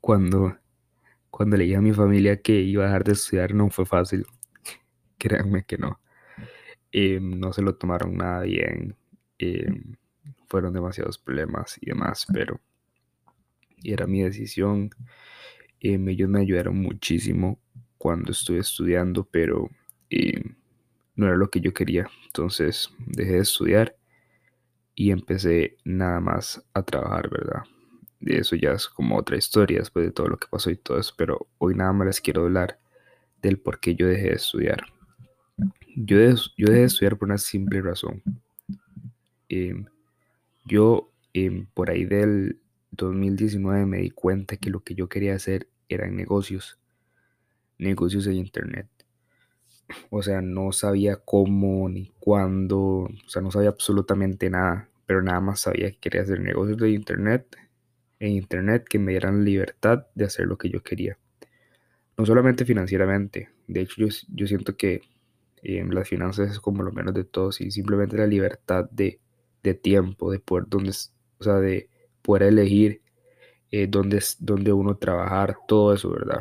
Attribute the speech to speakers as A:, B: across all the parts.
A: Cuando, cuando le dije a mi familia que iba a dejar de estudiar no fue fácil, créanme que no. No se lo tomaron nada bien, fueron demasiados problemas y demás, pero era mi decisión. Ellos me ayudaron muchísimo cuando estuve estudiando, pero no era lo que yo quería. Entonces dejé de estudiar y empecé nada más a trabajar, ¿verdad? De eso ya es como otra historia después de todo lo que pasó y todo eso, pero hoy nada más les quiero hablar del por qué yo dejé de estudiar. Yo dejé de estudiar por una simple razón. Em, por ahí del 2019 me di cuenta que lo que yo quería hacer eran negocios, negocios en internet. O sea, no sabía cómo ni cuándo, o sea, no sabía absolutamente nada, pero nada más sabía que quería hacer negocios de internet, en internet que me dieran libertad de hacer lo que yo quería. No solamente financieramente, de hecho yo siento que las finanzas es como lo menos de todo, y simplemente la libertad de tiempo, de poder, o sea, de poder elegir dónde uno trabajar, todo eso, ¿verdad?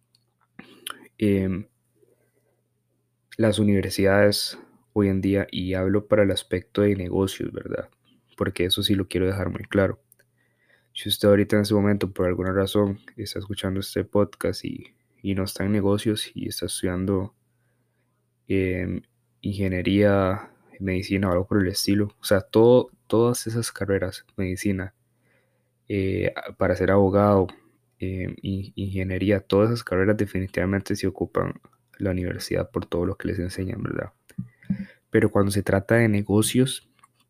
A: Em, las universidades hoy en día, y hablo para el aspecto de negocios, ¿verdad? Porque eso sí lo quiero dejar muy claro. Si usted ahorita en este momento, por alguna razón, está escuchando este podcast y no está en negocios y está estudiando em, ingeniería, medicina o algo por el estilo, o sea, todas esas carreras, medicina, para ser abogado, ingeniería, todas esas carreras definitivamente se ocupan la universidad por todo lo que les enseñan, ¿verdad? Pero cuando se trata de negocios,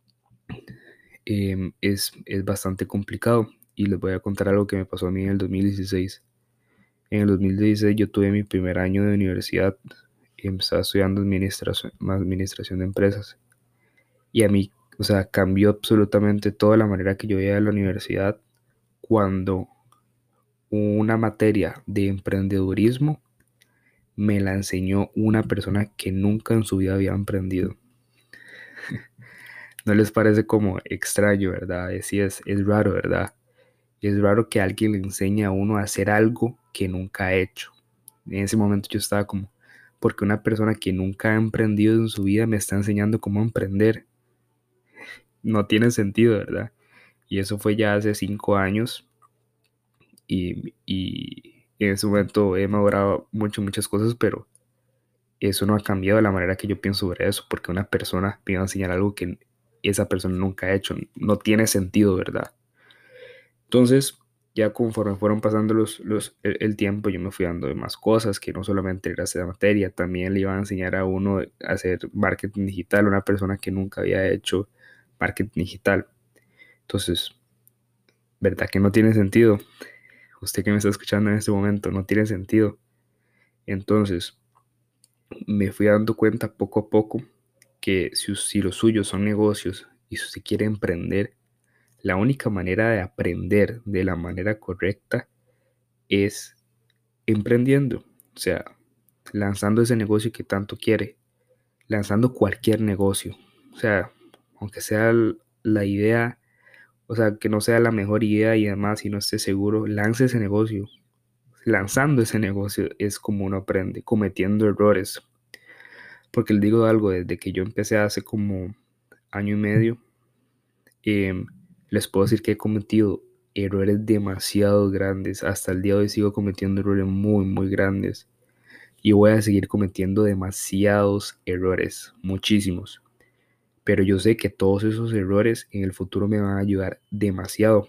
A: es bastante complicado. Y les voy a contar algo que me pasó a mí en el 2016. En el 2016 yo tuve mi primer año de universidad y estaba estudiando administración de empresas. Y a mí, o sea, cambió absolutamente toda la manera que yo veía la universidad cuando una materia de emprendedurismo me la enseñó una persona que nunca en su vida había emprendido. ¿No les parece como extraño, verdad? Sí, es raro, ¿verdad? Es raro que alguien le enseñe a uno a hacer algo que nunca ha hecho. En ese momento yo estaba como, porque una persona que nunca ha emprendido en su vida me está enseñando cómo emprender. No tiene sentido, ¿verdad? Y eso fue ya hace 5 años y en ese momento he madurado muchas cosas, pero eso no ha cambiado la manera que yo pienso sobre eso, porque una persona me va a enseñar algo que esa persona nunca ha hecho. No tiene sentido, ¿verdad? Entonces, ya conforme fueron pasando el tiempo, yo me fui dando de más cosas, que no solamente era hacer materia, también le iban a enseñar a uno a hacer marketing digital, una persona que nunca había hecho marketing digital. Entonces, ¿verdad que no tiene sentido? Usted que me está escuchando en este momento, no tiene sentido. Entonces, me fui dando cuenta poco a poco que si los suyos son negocios y si usted quiere emprender, la única manera de aprender de la manera correcta es emprendiendo, o sea, lanzando ese negocio que tanto quiere, lanzando cualquier negocio, o sea, aunque sea la idea, o sea, que no sea la mejor idea y además si no esté seguro, lance ese negocio. Lanzando ese negocio es como uno aprende, cometiendo errores. Porque les digo algo, desde que yo empecé hace como año y medio, em, les puedo decir que he cometido errores demasiado grandes. Hasta el día de hoy sigo cometiendo errores muy grandes. Y voy a seguir cometiendo demasiados errores, muchísimos. Pero yo sé que todos esos errores en el futuro me van a ayudar demasiado.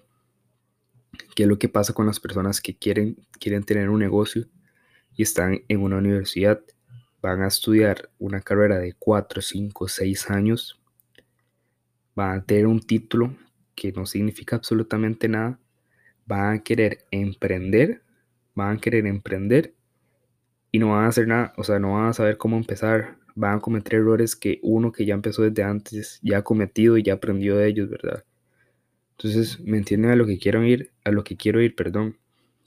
A: ¿Qué es lo que pasa con las personas que quieren tener un negocio y están en una universidad? Van a estudiar una carrera de 4, 5, 6 años, van a tener un título que no significa absolutamente nada, van a querer emprender, van a querer emprender y no van a hacer nada, o sea, no van a saber cómo empezar, van a cometer errores que uno que ya empezó desde antes ya ha cometido y ya aprendió de ellos, ¿verdad? Entonces, ¿me entienden a lo que quiero ir? A lo que quiero ir, perdón.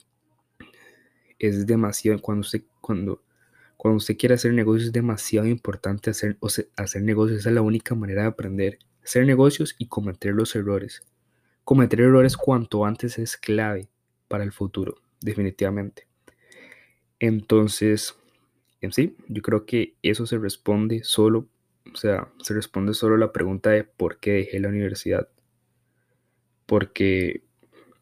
A: Es demasiado, cuando usted quiere hacer negocios es demasiado importante hacer negocios, esa es la única manera de aprender. Hacer negocios y cometer los errores. Cometer errores cuanto antes es clave para el futuro. definitivamente. Entonces, en sí, yo creo que eso se responde solo, o sea, se responde solo a la pregunta de por qué dejé la universidad. Porque,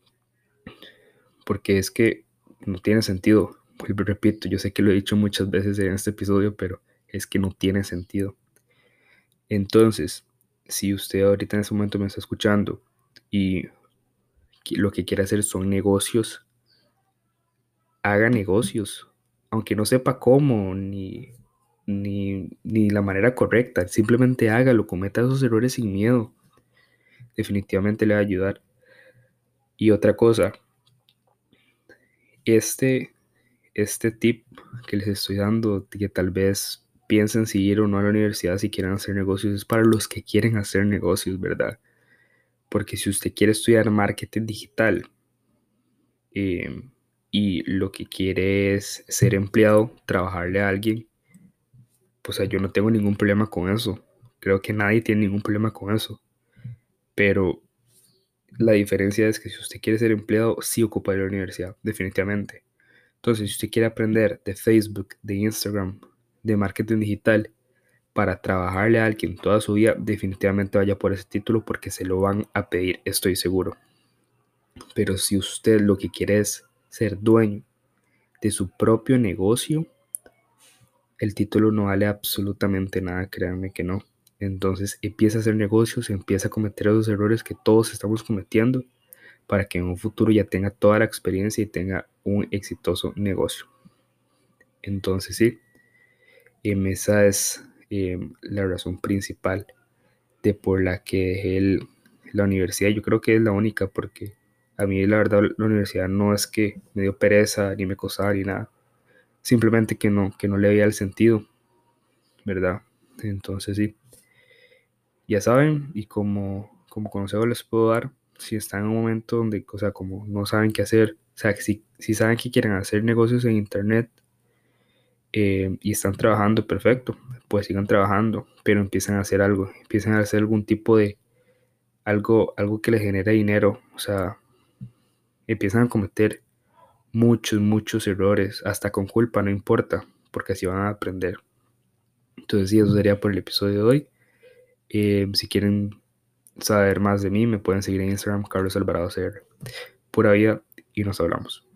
A: porque es que no tiene sentido. Vuelvo y repito, yo sé que lo he dicho muchas veces en este episodio, pero es que no tiene sentido. Entonces, si usted ahorita en este momento me está escuchando y lo que quiere hacer son negocios, haga negocios, aunque no sepa cómo ni la manera correcta, simplemente hágalo, cometa esos errores sin miedo, definitivamente le va a ayudar. Y otra cosa, este, este tip que les estoy dando, que tal vez piensen si ir o no a la universidad si quieren hacer negocios, es para los que quieren hacer negocios, ¿verdad? Porque si usted quiere estudiar marketing digital, eh, y lo que quiere es ser empleado, trabajarle a alguien, pues yo no tengo ningún problema con eso. Creo que nadie tiene ningún problema con eso. Pero la diferencia es que si usted quiere ser empleado, sí ocupa ir a la universidad, definitivamente. Entonces, si usted quiere aprender de Facebook, de Instagram, de marketing digital, para trabajarle a alguien toda su vida, definitivamente vaya por ese título porque se lo van a pedir, estoy seguro. Pero si usted lo que quiere es ser dueño de su propio negocio, el título no vale absolutamente nada, créanme que no. Entonces empieza a hacer negocios, empieza a cometer esos errores que todos estamos cometiendo para que en un futuro ya tenga toda la experiencia y tenga un exitoso negocio. Entonces sí, esa es la razón principal de por la que dejé la universidad. Yo creo que es la única porque a mí la verdad la universidad no es que me dio pereza ni me costaba ni nada. Simplemente que no le veía el sentido, ¿verdad? Entonces sí, ya saben, y como consejo les puedo dar, si están en un momento donde, o sea, como no saben qué hacer, o sea, si saben que quieren hacer negocios en internet, y están trabajando, perfecto, pues sigan trabajando, pero empiezan a hacer algo, empiezan a hacer algún tipo de algo que les genere dinero, o sea, empiezan a cometer muchos errores, hasta con culpa, no importa, porque así van a aprender. Entonces sí, eso sería por el episodio de hoy. Si quieren saber más de mí, me pueden seguir en Instagram, Carlos Alvarado CR. Pura vida y nos hablamos.